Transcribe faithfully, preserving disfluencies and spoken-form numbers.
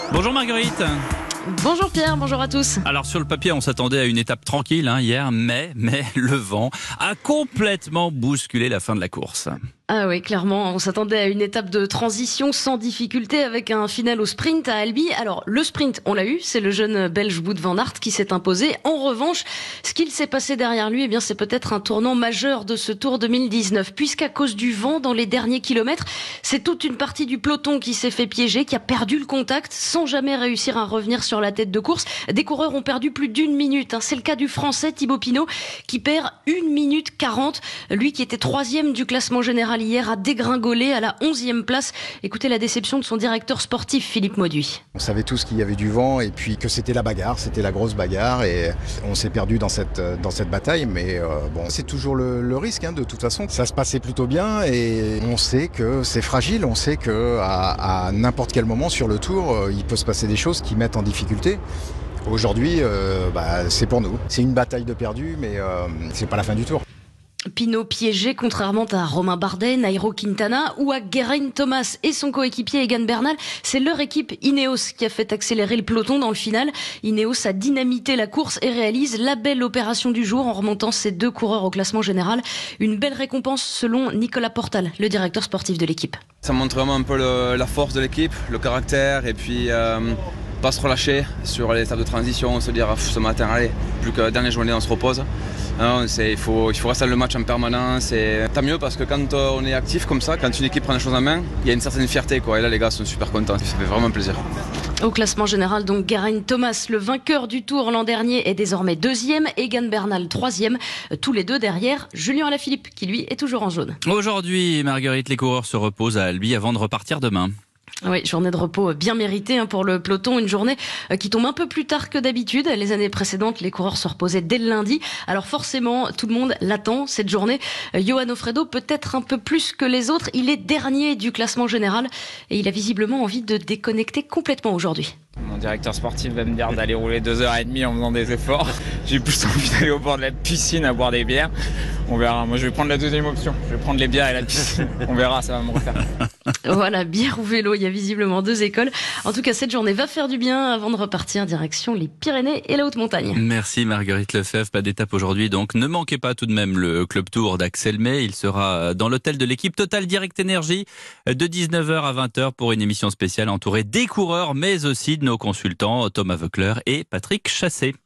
Bonjour Marguerite. Bonjour Pierre, bonjour à tous. Alors sur le papier, on s'attendait à une étape tranquille hein, hier, mais, mais le vent a complètement bousculé la fin de la course. Ah oui, clairement, on s'attendait à une étape de transition sans difficulté avec un final au sprint à Albi. Alors, le sprint, on l'a eu, c'est le jeune belge Wout van Aert qui s'est imposé. En revanche, ce qu'il s'est passé derrière lui, eh bien, c'est peut-être un tournant majeur de ce Tour deux mille dix-neuf, puisqu'à cause du vent dans les derniers kilomètres, c'est toute une partie du peloton qui s'est fait piéger, qui a perdu le contact sans jamais réussir à revenir sur la tête de course. Des coureurs ont perdu plus d'une minute. Hein. C'est le cas du Français Thibaut Pinot qui perd une minute quarante. Lui qui était troisième du classement général hier a dégringolé à la onzième place. Écoutez la déception de son directeur sportif Philippe Mauduit. On savait tous qu'il y avait du vent et puis que c'était la bagarre, c'était la grosse bagarre et on s'est perdu dans cette, dans cette bataille. Mais euh, bon, c'est toujours le, le risque hein, de toute façon. Ça se passait plutôt bien et on sait que c'est fragile. On sait qu'à à n'importe quel moment sur le tour, euh, il peut se passer des choses qui mettent en difficulté. Aujourd'hui, euh, bah, c'est pour nous. C'est une bataille de perdu, mais euh, c'est pas la fin du tour. Pinot piégé, contrairement à Romain Bardet, Nairo Quintana ou à Geraint Thomas et son coéquipier Egan Bernal. C'est leur équipe Ineos qui a fait accélérer le peloton dans le final. Ineos a dynamité la course et réalise la belle opération du jour en remontant ses deux coureurs au classement général. Une belle récompense selon Nicolas Portal, le directeur sportif de l'équipe. Ça montre vraiment un peu le, la force de l'équipe, le caractère et puis... Euh pas se relâcher sur l'étape de transition, se dire ce matin, allez, plus que la dernière journée, on se repose. Non, c'est, il, faut, il faut rester dans le match en permanence. Et tant mieux parce que quand on est actif comme ça, quand une équipe prend les choses en main, il y a une certaine fierté. Quoi. Et là, les gars sont super contents, ça fait vraiment plaisir. Au classement général, donc Geraint Thomas, le vainqueur du Tour l'an dernier, est désormais deuxième. Egan Bernal, troisième. Tous les deux derrière Julien Alaphilippe, qui lui est toujours en jaune. Aujourd'hui, Marguerite, les coureurs se reposent à Albi avant de repartir demain. Oui, journée de repos bien méritée hein, pour le peloton, une journée qui tombe un peu plus tard que d'habitude. Les années précédentes, les coureurs se reposaient dès le lundi. Alors forcément, tout le monde l'attend cette journée. Johan Ofredo, peut-être un peu plus que les autres, il est dernier du classement général et il a visiblement envie de déconnecter complètement aujourd'hui. Mon directeur sportif va me dire d'aller rouler deux heures et demie en faisant des efforts. J'ai plus envie d'aller au bord de la piscine à boire des bières. On verra. Moi, je vais prendre la deuxième option. Je vais prendre les bières et la piscine. On verra, ça va me refaire. Voilà, bière ou vélo, il y a visiblement deux écoles. En tout cas, cette journée va faire du bien avant de repartir direction les Pyrénées et la haute montagne. Merci Marguerite Lefebvre, pas d'étape aujourd'hui. Donc ne manquez pas tout de même le Club Tour d'Axel May. Il sera dans l'hôtel de l'équipe Total Direct Énergie de dix-neuf heures à vingt heures pour une émission spéciale entourée des coureurs, mais aussi de nos consultants Thomas Voeckler et Patrick Chassé.